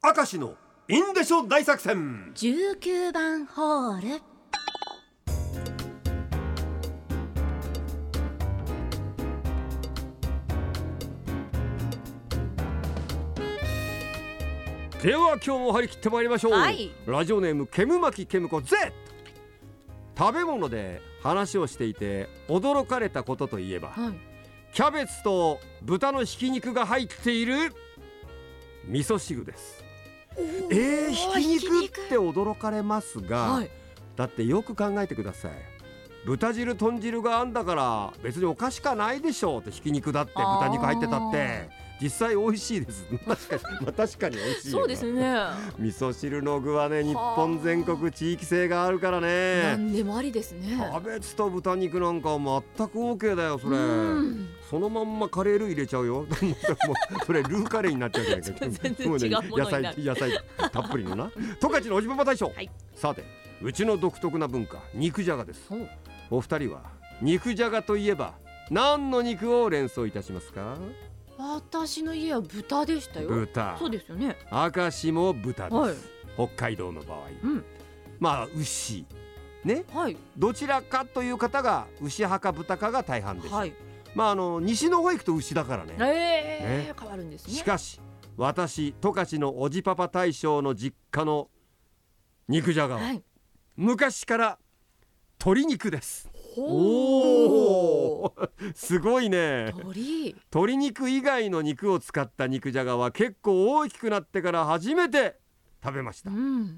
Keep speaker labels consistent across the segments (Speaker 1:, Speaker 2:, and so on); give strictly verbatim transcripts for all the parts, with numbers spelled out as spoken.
Speaker 1: 明石のインデショ大作戦
Speaker 2: じゅうきゅうばんホール。
Speaker 1: では今日も張り切ってまいりましょう、
Speaker 2: はい、
Speaker 1: ラジオネームケムマキケムコ Z。 食べ物で話をしていて驚かれたことといえば、はい、キャベツと豚のひき肉が入っている味噌汁です。えー、ひき肉って驚かれますが、はい、だってよく考えてください。豚汁豚汁があんだから別におかしかないでしょうって。ひき肉だって豚肉入ってたって実際美味しいです。確かに、まあ、確かに美味しいよ。
Speaker 2: そうですね。
Speaker 1: 味噌汁の具はね、日本全国地域性があるからね。
Speaker 2: 何でもありですね。
Speaker 1: キャベツと豚肉なんかは全く OK だよそれ。そのまんまカレールー入れちゃうよ。もうそれルーカレーになっちゃうじゃないか。
Speaker 2: 全然違うものになる。
Speaker 1: 野菜、野菜たっぷりのな。十勝のおじパパ大将、はい、さてうちの独特な文化肉じゃがです。お二人は肉じゃがといえば何の肉を連想いたしますか？
Speaker 2: 私の家は豚でしたよ。
Speaker 1: 豚。
Speaker 2: そうですよね。
Speaker 1: 明石も豚です、はい、北海道の場合、うん、まあ牛ね、はい、どちらかという方が牛派か豚かが大半でした、はい、まああの西の方行くと牛だからね、
Speaker 2: えーね、変わるんですね。
Speaker 1: しかし私十勝のおじパパ大将の実家の肉じゃがは、はい、昔から鶏肉です。おーすごいね。 鶏, 鶏肉以外の肉を使った肉じゃがは結構大きくなってから初めて食べました、うん、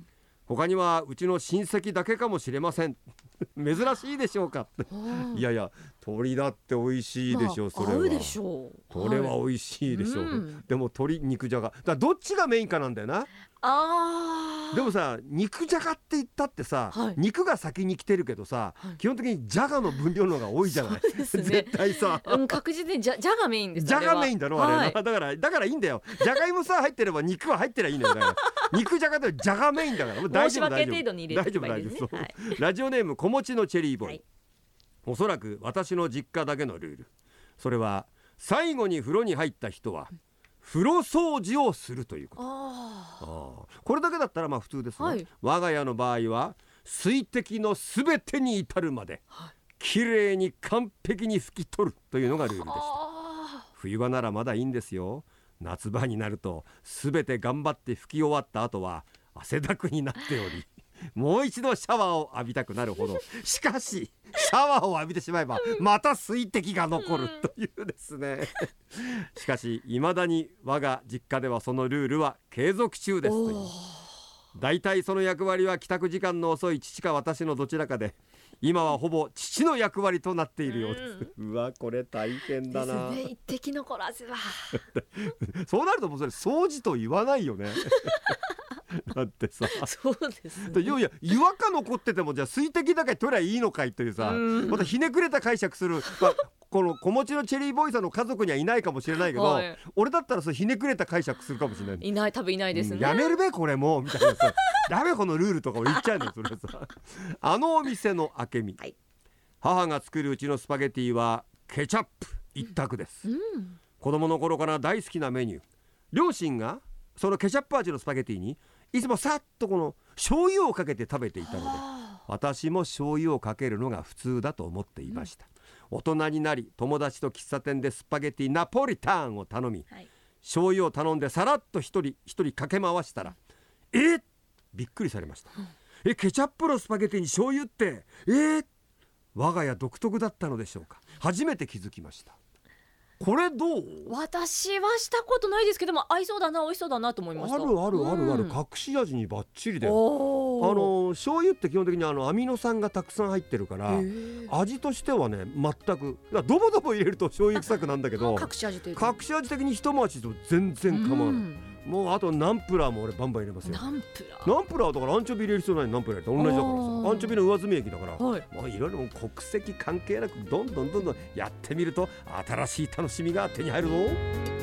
Speaker 1: 他にはうちの親戚だけかもしれません。珍しいでしょうか。いやいや鶏だって美味しいでしょう、まあ、それは合うでしょう。これは美味しいでしょう、はい、うん、でも鶏肉じゃがだからどっちがメインかなんだよな。あでもさ肉じゃがって言ったってさ、はい、肉が先に来てるけどさ、はい、基本的にじゃがの分量の方が多いじゃない。そうですね、絶対さ、うん、確実にじゃじゃがメインです。じゃがメインだろあれ、はい、だからだからいいんだよ。じゃがいもさ入ってれば肉は入ってりゃいいんだよ。だから肉じゃがでじゃがメインだからもう大丈夫大丈夫。申し訳程度に入れていけばいいですね。大丈夫大丈夫、はい、ラジオネーム小持ちのチェリーボーイ、はい、おそらく私の実家だけのルール。それは最後に風呂に入った人は風呂掃除をするということ。ああこれだけだったらまあ普通ですね、はい、我が家の場合は水滴のすべてに至るまできれいに完璧に拭き取るというのがルールでした。冬場ならまだいいんですよ。夏場になるとすべて頑張って拭き終わった後は汗だくになっておりもう一度シャワーを浴びたくなるほど。しかしシャワーを浴びてしまえばまた水滴が残るというですね。しかし未だに我が実家ではそのルールは継続中ですという。だいたいその役割は帰宅時間の遅い父か私のどちらかで、今はほぼ父の役割となっているようです。うわこれ大変だなですね。一滴残らずはそうなるともうそれ掃除と言わないよね。だってさそうですね。いやいや湯沸か残っててもじゃあ水滴だけ取りゃいいのかいというさ、またひねくれた解釈する、まあ、この子持ちのチェリーボーイさんの家族にはいないかもしれないけど、はい、俺だったらそれひねくれた解釈するかもしれない。いない多分いないですね、うん、やめるべこれもみたいなさやめこのルールとかを言っちゃうのよそれさ。あのお店の明美、はい、母が作るうちのスパゲティはケチャップ一択です、うん、子供の頃から大好きなメニュー。両親がそのケチャップ味のスパゲティにいつもさっとこの醤油をかけて食べていたので、私も醤油をかけるのが普通だと思っていました、うん、大人になり友達と喫茶店でスパゲティナポリタンを頼み、はい、醤油を頼んでさらっと一人一人かけ回したら、うん、えっびっくりされました、うん、えケチャップのスパゲティに醤油ってえー、我が家独特だったのでしょうか。初めて気づきました。これどう？私はしたことないですけども合いそうだな美味しそうだなと思いました。あるあるあるある、うん、隠し味にバッチリだよ。あの醤油って基本的にあのアミノ酸がたくさん入ってるから味としてはね全くドボドボ入れると醤油臭くなんだけど隠し味的に隠し味的に一回しと全然構わない、うん、もうあとナンプラーも俺バンバン入れますよ。ナンプラーナンプラーだからアンチョビ入れる必要ない。ナンプラーと同じだからさ、アンチョビの上澄み液だから、はい、もういろいろ国籍関係なくどんどんどんどんやってみると新しい楽しみが手に入るぞ。